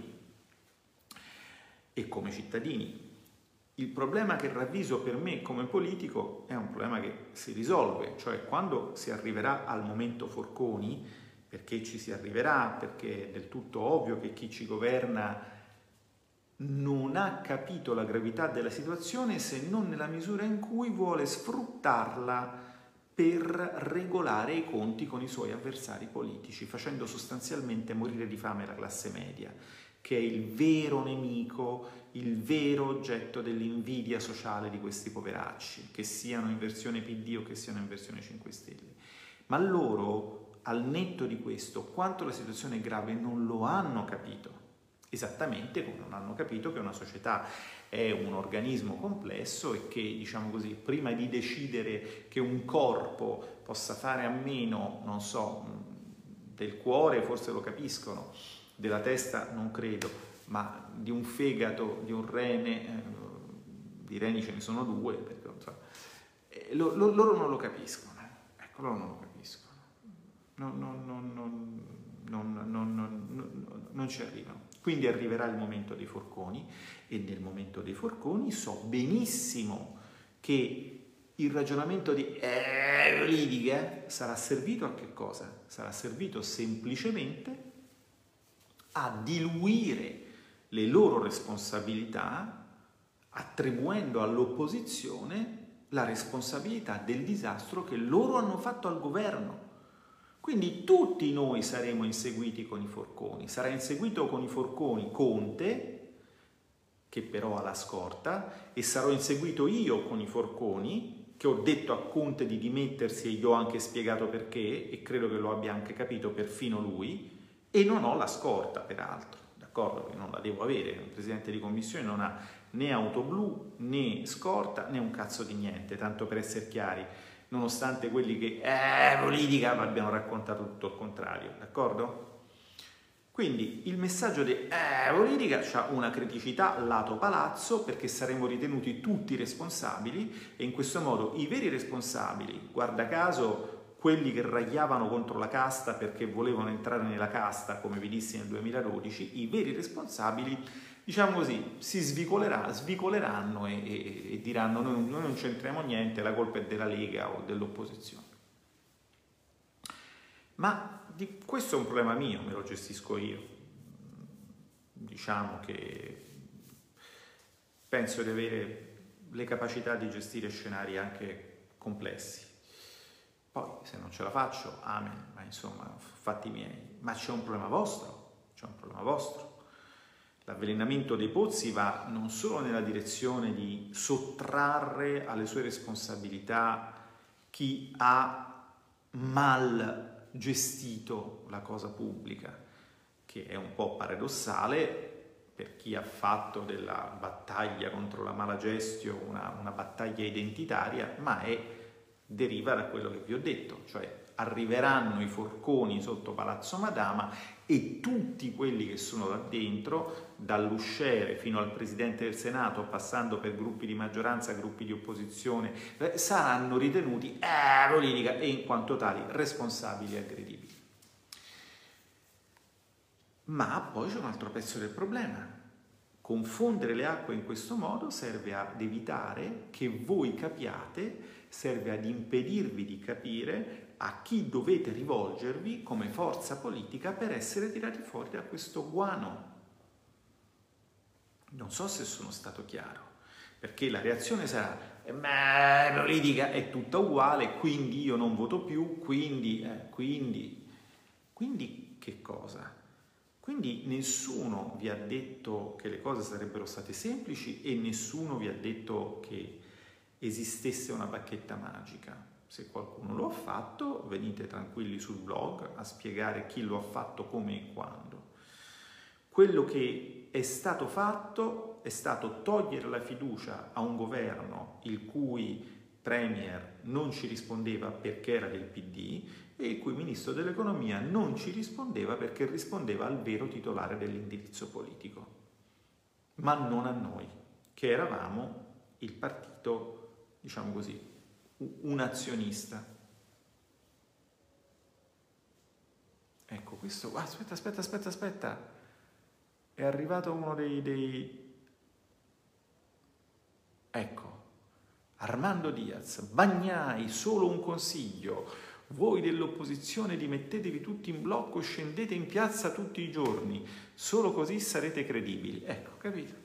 e come cittadini. Il problema che ravviso per me come politico è un problema che si risolve, cioè quando si arriverà al momento Forconi, perché ci si arriverà, perché è del tutto ovvio che chi ci governa non ha capito la gravità della situazione se non nella misura in cui vuole sfruttarla per regolare i conti con i suoi avversari politici, facendo sostanzialmente morire di fame la classe media, che è il vero nemico, il vero oggetto dell'invidia sociale di questi poveracci, che siano in versione P D o che siano in versione cinque Stelle. Ma loro, al netto di questo, quanto la situazione è grave non lo hanno capito. Esattamente come non hanno capito che una società è un organismo complesso e che, diciamo così, prima di decidere che un corpo possa fare a meno, non so, del cuore forse lo capiscono, della testa non credo, ma di un fegato, di un rene, eh, di reni ce ne sono due, perché, non so, eh, lo, lo, loro non lo capiscono, ecco, loro non lo capiscono, non, non, non, non, non, non, non, non ci arrivano. Quindi arriverà il momento dei forconi e nel momento dei forconi so benissimo che il ragionamento di eh, politica sarà servito a che cosa? Sarà servito semplicemente a diluire le loro responsabilità, attribuendo all'opposizione la responsabilità del disastro che loro hanno fatto al governo. Quindi tutti noi saremo inseguiti con i forconi. Sarà inseguito con i forconi Conte, che però ha la scorta, e sarò inseguito io con i forconi, che ho detto a Conte di dimettersi e gli ho anche spiegato perché, e credo che lo abbia anche capito perfino lui, e non ho la scorta, peraltro, d'accordo? Che non la devo avere, il presidente di commissione non ha né auto blu, né scorta, né un cazzo di niente, tanto per essere chiari, nonostante quelli che, eh, politica, abbiano raccontato tutto il contrario, d'accordo? Quindi il messaggio di, eh, politica ha una criticità lato palazzo, perché saremo ritenuti tutti responsabili, e in questo modo i veri responsabili, guarda caso, quelli che ragliavano contro la casta perché volevano entrare nella casta, come vi dissi nel duemiladodici, i veri responsabili, diciamo così, si svicolerà, svicoleranno e, e, e diranno noi, noi non c'entriamo niente, la colpa è della Lega o dell'opposizione. Ma di, questo è un problema mio, me lo gestisco io. Diciamo che penso di avere le capacità di gestire scenari anche complessi. Poi se non ce la faccio, amen, ma insomma, fatti miei. Ma c'è un problema vostro, c'è un problema vostro. L'avvelenamento dei pozzi va non solo nella direzione di sottrarre alle sue responsabilità chi ha mal gestito la cosa pubblica, che è un po' paradossale per chi ha fatto della battaglia contro la mala gestio una, una battaglia identitaria, ma è, deriva da quello che vi ho detto, cioè arriveranno i forconi sotto Palazzo Madama e tutti quelli che sono là dentro, dall'usciere fino al Presidente del Senato, passando per gruppi di maggioranza, gruppi di opposizione, eh, saranno ritenuti eh, politica e in quanto tali responsabili e aggredibili. Ma poi c'è un altro pezzo del problema. Confondere le acque in questo modo serve ad evitare che voi capiate, serve ad impedirvi di capire a chi dovete rivolgervi come forza politica per essere tirati fuori da questo guano. Non so se sono stato chiaro, perché la reazione sarà ma la politica è tutta uguale, quindi io non voto più, quindi, eh, quindi, quindi che cosa? Quindi nessuno vi ha detto che le cose sarebbero state semplici e nessuno vi ha detto che esistesse una bacchetta magica. Se qualcuno lo ha fatto, venite tranquilli sul blog a spiegare chi lo ha fatto, come e quando. Quello che è stato fatto è stato togliere la fiducia a un governo il cui premier non ci rispondeva perché era del P D e il cui ministro dell'economia non ci rispondeva perché rispondeva al vero titolare dell'indirizzo politico, ma non a noi, che eravamo il partito, diciamo così, un azionista. Ecco, questo... Ah, aspetta, aspetta, aspetta, aspetta. È arrivato uno dei... dei... Ecco. Armando Diaz, Bagnai, solo un consiglio. Voi dell'opposizione dimettetevi tutti in blocco, scendete in piazza tutti i giorni. Solo così sarete credibili. Ecco, capito?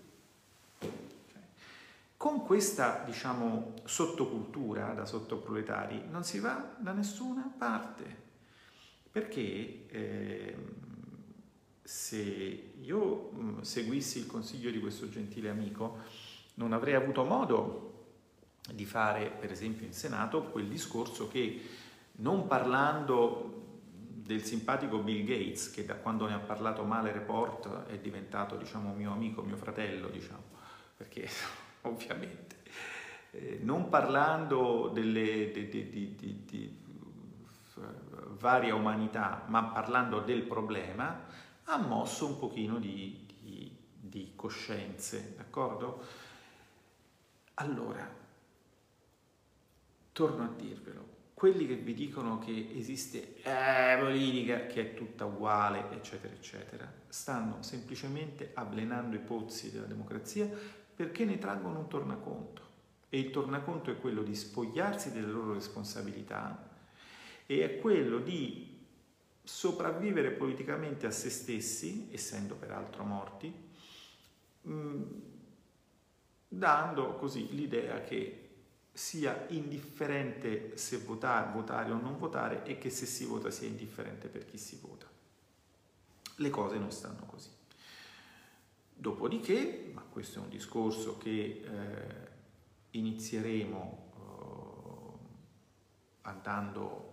Con questa, diciamo, sottocultura da sottoproletari non si va da nessuna parte, perché eh, se io mh, seguissi il consiglio di questo gentile amico non avrei avuto modo di fare, per esempio in Senato, quel discorso che, non parlando del simpatico Bill Gates, che da quando ne ha parlato male Report è diventato, diciamo, mio amico, mio fratello, diciamo, perché... ovviamente, eh, non parlando delle di, di, di, di, di varia umanità, ma parlando del problema, ha mosso un pochino di, di, di coscienze, d'accordo? Allora, torno a dirvelo, quelli che vi dicono che esiste eh, politica, che è tutta uguale, eccetera, eccetera, stanno semplicemente avvelenando i pozzi della democrazia, perché ne traggono un tornaconto, e il tornaconto è quello di spogliarsi delle loro responsabilità e è quello di sopravvivere politicamente a se stessi, essendo peraltro morti, mh, dando così l'idea che sia indifferente se votare, votare o non votare e che se si vota sia indifferente per chi si vota. Le cose non stanno così. Dopodiché, ma questo è un discorso che eh, inizieremo eh, andando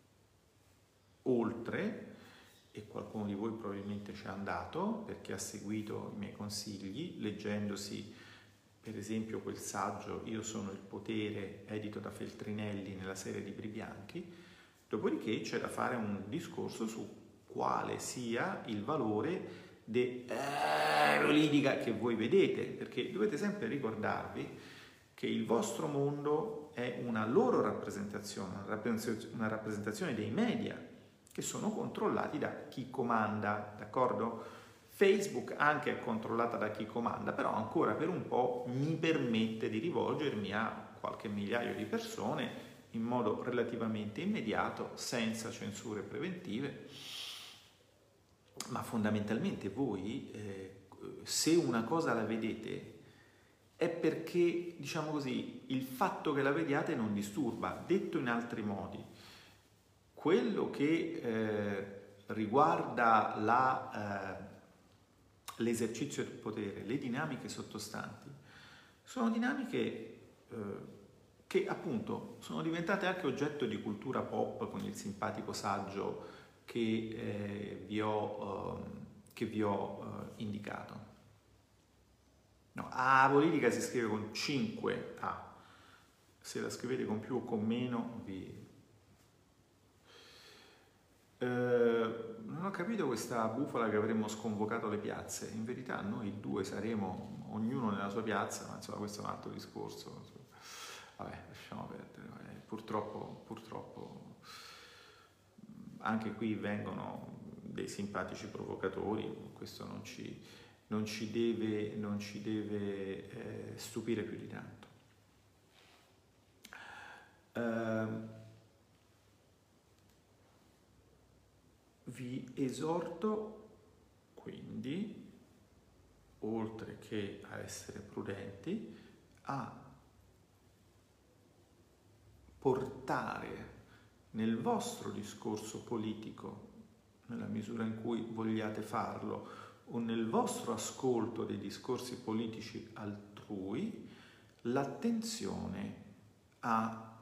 oltre, e qualcuno di voi probabilmente ci è andato perché ha seguito i miei consigli, leggendosi per esempio quel saggio Io sono il potere, edito da Feltrinelli nella serie Libri Bianchi. Dopodiché c'è da fare un discorso su quale sia il valore di eh, politica che voi vedete, perché dovete sempre ricordarvi che il vostro mondo è una loro rappresentazione, una rappresentazione dei media che sono controllati da chi comanda, d'accordo? Facebook anche è controllata da chi comanda, però ancora per un po' mi permette di rivolgermi a qualche migliaio di persone in modo relativamente immediato, senza censure preventive. Ma fondamentalmente voi, eh, se una cosa la vedete, è perché, diciamo così, il fatto che la vediate non disturba. Detto in altri modi, quello che eh, riguarda la, eh, l'esercizio del potere, le dinamiche sottostanti, sono dinamiche eh, che appunto sono diventate anche oggetto di cultura pop con il simpatico saggio che eh, vi ho, eh, che vi ho eh, indicato. No, a politica si scrive con cinque A, se la scrivete con più o con meno vi... Eh, non ho capito questa bufala che avremmo sconvocato le piazze. In verità noi due saremo ognuno nella sua piazza, ma insomma questo è un altro discorso. Vabbè, lasciamo perdere. Eh, purtroppo, purtroppo anche qui vengono dei simpatici provocatori, questo non ci, non ci deve, non ci deve eh, stupire più di tanto. Eh, Vi esorto quindi, oltre che a essere prudenti, a portare nel vostro discorso politico, nella misura in cui vogliate farlo, o nel vostro ascolto dei discorsi politici altrui, l'attenzione a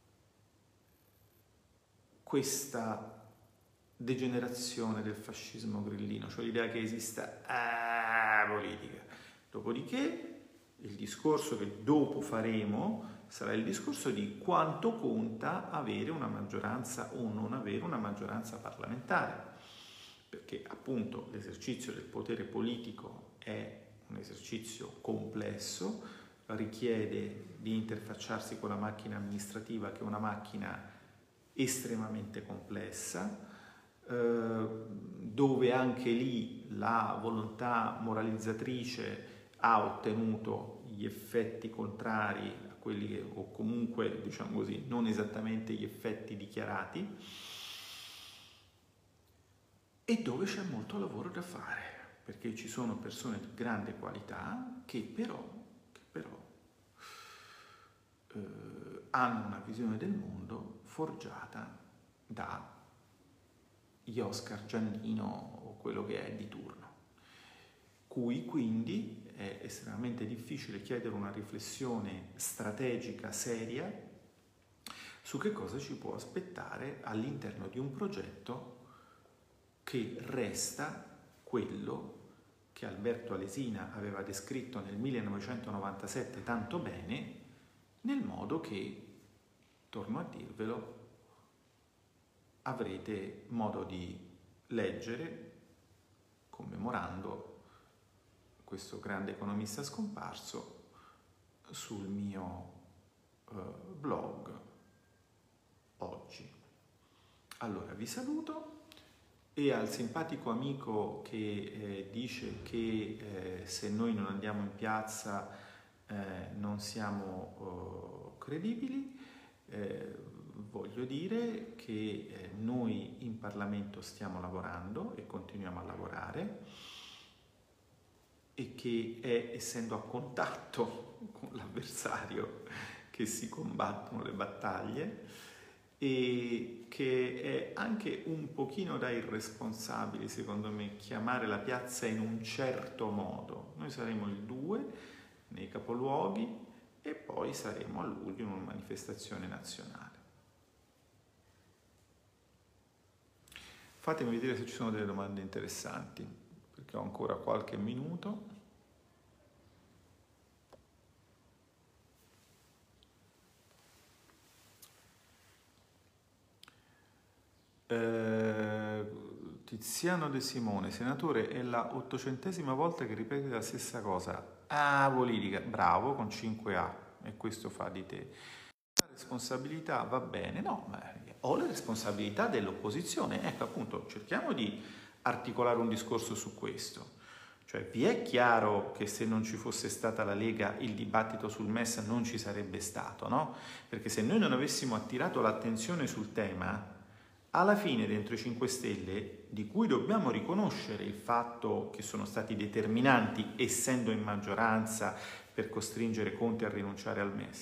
questa degenerazione del fascismo grillino, cioè l'idea che esista ah, politica. Dopodiché il discorso che dopo faremo sarà il discorso di quanto conta avere una maggioranza o non avere una maggioranza parlamentare, perché appunto l'esercizio del potere politico è un esercizio complesso, richiede di interfacciarsi con la macchina amministrativa, che è una macchina estremamente complessa, dove anche lì la volontà moralizzatrice ha ottenuto gli effetti contrari a quelli che, o comunque, diciamo così, non esattamente gli effetti dichiarati, e dove c'è molto lavoro da fare, perché ci sono persone di grande qualità che però, che però eh, hanno una visione del mondo forgiata da gli Oscar Giannino o quello che è di turno, cui quindi è estremamente difficile chiedere una riflessione strategica seria su che cosa ci può aspettare all'interno di un progetto che resta quello che Alberto Alesina aveva descritto nel millenovecentonovantasette tanto bene, nel modo che, torno a dirvelo, avrete modo di leggere, commemorando questo grande economista scomparso, sul mio eh, blog oggi. Allora vi saluto, e al simpatico amico che eh, dice che eh, se noi non andiamo in piazza eh, non siamo eh, credibili, eh, voglio dire che eh, noi in Parlamento stiamo lavorando e continuiamo a lavorare, e che è essendo a contatto con l'avversario che si combattono le battaglie, e che è anche un pochino da irresponsabili, secondo me, chiamare la piazza in un certo modo. Noi saremo il due nei capoluoghi e poi saremo a luglio in una manifestazione nazionale. Fatemi vedere se ci sono delle domande interessanti, perché ho ancora qualche minuto. Eh, Tiziano De Simone, senatore, è la ottocentesima volta che ripete la stessa cosa. Ah, politica, bravo, con cinque A, e questo fa di te. La responsabilità va bene, no, ma ho le responsabilità dell'opposizione. Ecco, appunto, cerchiamo di articolare un discorso su questo. Cioè, vi è chiaro che se non ci fosse stata la Lega il dibattito sul M E S non ci sarebbe stato, no? Perché se noi non avessimo attirato l'attenzione sul tema, alla fine dentro i cinque Stelle, di cui dobbiamo riconoscere il fatto che sono stati determinanti essendo in maggioranza per costringere Conte a rinunciare al M E S,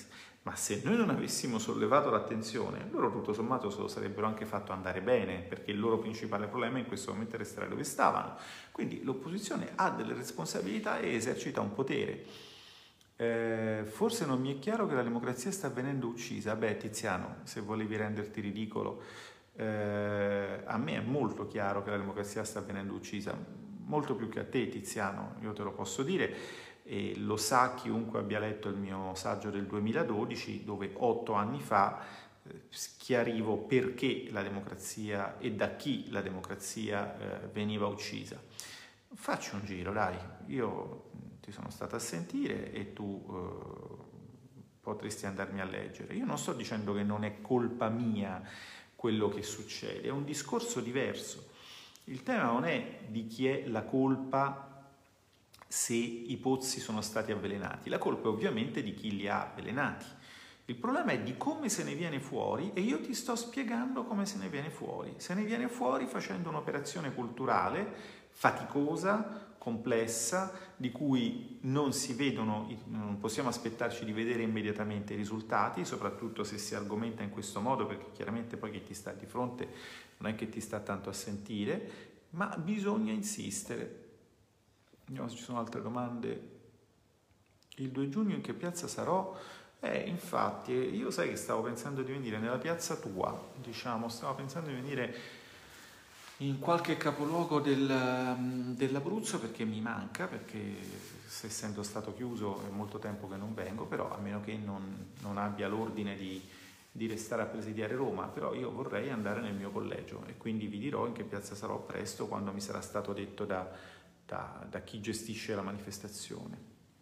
Ma se noi non avessimo sollevato l'attenzione, loro tutto sommato se lo sarebbero anche fatto andare bene, perché il loro principale problema in questo momento è restare dove stavano. Quindi l'opposizione ha delle responsabilità e esercita un potere. Eh, forse non mi è chiaro che la democrazia sta venendo uccisa. Beh, Tiziano, se volevi renderti ridicolo, eh, a me è molto chiaro che la democrazia sta venendo uccisa, molto più che a te, Tiziano, io te lo posso dire. E lo sa chiunque abbia letto il mio saggio del duemiladodici, dove otto anni fa eh, chiarivo perché la democrazia e da chi la democrazia eh, veniva uccisa. Facci un giro, dai, io ti sono stato a sentire e tu eh, potresti andarmi a leggere. Io non sto dicendo che non è colpa mia quello che succede, è un discorso diverso. Il tema non è di chi è la colpa se i pozzi sono stati avvelenati, la colpa è ovviamente di chi li ha avvelenati. Il problema è di come se ne viene fuori e io ti sto spiegando come se ne viene fuori. Se ne viene fuori facendo un'operazione culturale faticosa, complessa, di cui non si vedono, non possiamo aspettarci di vedere immediatamente i risultati, soprattutto se si argomenta in questo modo, perché chiaramente poi chi ti sta di fronte non è che ti sta tanto a sentire, ma bisogna insistere. Vediamo se ci sono altre domande. Il due giugno in che piazza sarò? Eh, infatti, io sai che stavo pensando di venire nella piazza tua, diciamo, stavo pensando di venire in qualche capoluogo del, dell'Abruzzo perché mi manca, perché se essendo stato chiuso è molto tempo che non vengo, però a meno che non, non abbia l'ordine di, di restare a presidiare Roma, però io vorrei andare nel mio collegio e quindi vi dirò in che piazza sarò presto quando mi sarà stato detto da... Da, da chi gestisce la manifestazione.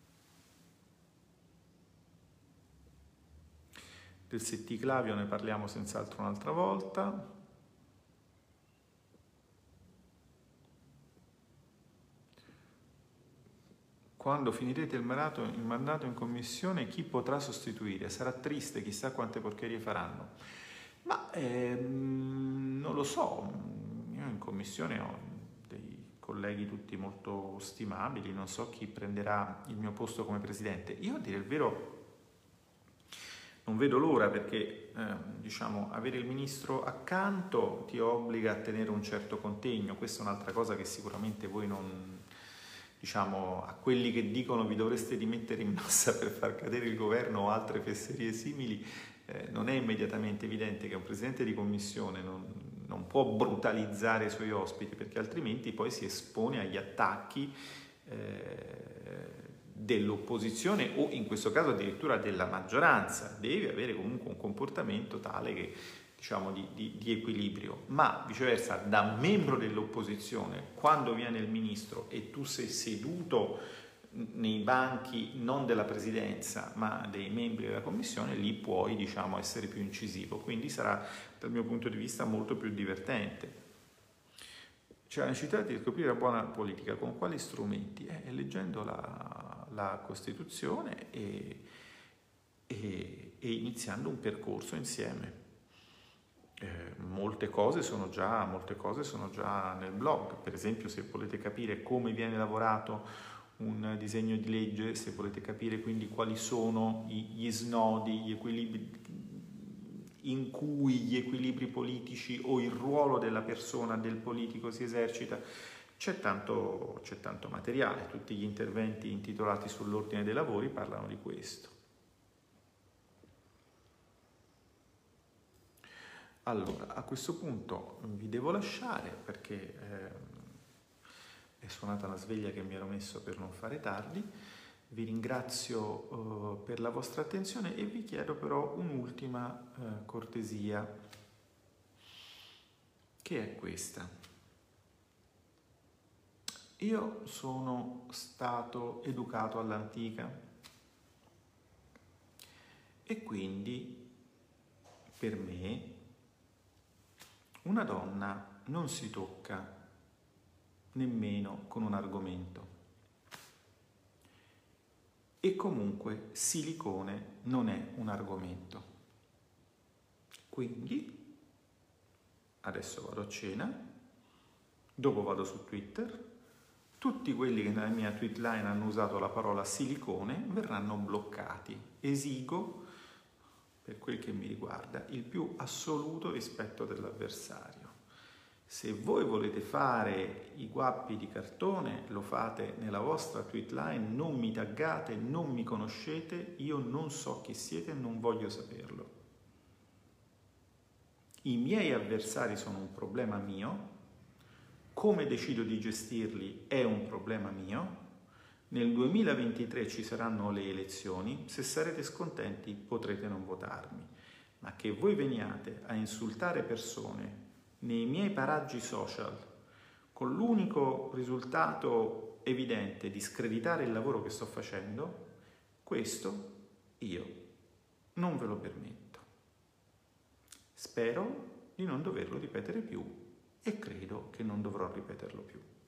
Del setticlavio ne parliamo senz'altro un'altra volta. Quando finirete il mandato, il mandato in commissione, chi potrà sostituire? Sarà triste, chissà quante porcherie faranno. Ma ehm, non lo so, io in commissione ho colleghi tutti molto stimabili, non so chi prenderà il mio posto come presidente. Io a dire il vero non vedo l'ora perché eh, diciamo avere il ministro accanto ti obbliga a tenere un certo contegno. Questa è un'altra cosa che sicuramente voi non, diciamo, a quelli che dicono vi dovreste rimettere in massa per far cadere il governo o altre fesserie simili, eh, non è immediatamente evidente che un presidente di commissione non non può brutalizzare i suoi ospiti perché altrimenti poi si espone agli attacchi eh, dell'opposizione o in questo caso addirittura della maggioranza. Deve avere comunque un comportamento tale che, diciamo, di, di, di equilibrio, ma viceversa da membro dell'opposizione quando viene il ministro e tu sei seduto nei banchi non della presidenza ma dei membri della commissione, lì puoi, diciamo, essere più incisivo, quindi sarà dal mio punto di vista molto più divertente. C'è la necessità di scoprire la buona politica con quali strumenti? Eh, leggendo la, la Costituzione e, e, e iniziando un percorso insieme. Eh, molte cose sono già, molte cose sono già nel blog, per esempio se volete capire come viene lavorato un disegno di legge, se volete capire quindi quali sono gli snodi, gli equilibri in cui gli equilibri politici o il ruolo della persona, del politico si esercita, c'è tanto, c'è tanto materiale, tutti gli interventi intitolati sull'ordine dei lavori parlano di questo. Allora, a questo punto vi devo lasciare perché eh, è suonata la sveglia che mi ero messo per non fare tardi. Vi ringrazio uh, per la vostra attenzione e vi chiedo però un'ultima uh, cortesia, che è questa. Io sono stato educato all'antica e quindi per me una donna non si tocca nemmeno con un argomento. E comunque silicone non è un argomento. Quindi adesso vado a cena, dopo vado su Twitter, tutti quelli che nella mia tweet line hanno usato la parola silicone verranno bloccati. Esigo per quel che mi riguarda, il più assoluto rispetto dell'avversario. Se voi volete fare i guappi di cartone, lo fate nella vostra tweet line, non mi taggate, non mi conoscete, io non so chi siete e non voglio saperlo. I miei avversari sono un problema mio, come decido di gestirli è un problema mio. Nel duemilaventitré ci saranno le elezioni, se sarete scontenti potrete non votarmi, ma che voi veniate a insultare persone nei miei paraggi social con l'unico risultato evidente di screditare il lavoro che sto facendo, questo io non ve lo permetto. Spero di non doverlo ripetere più e credo che non dovrò ripeterlo più.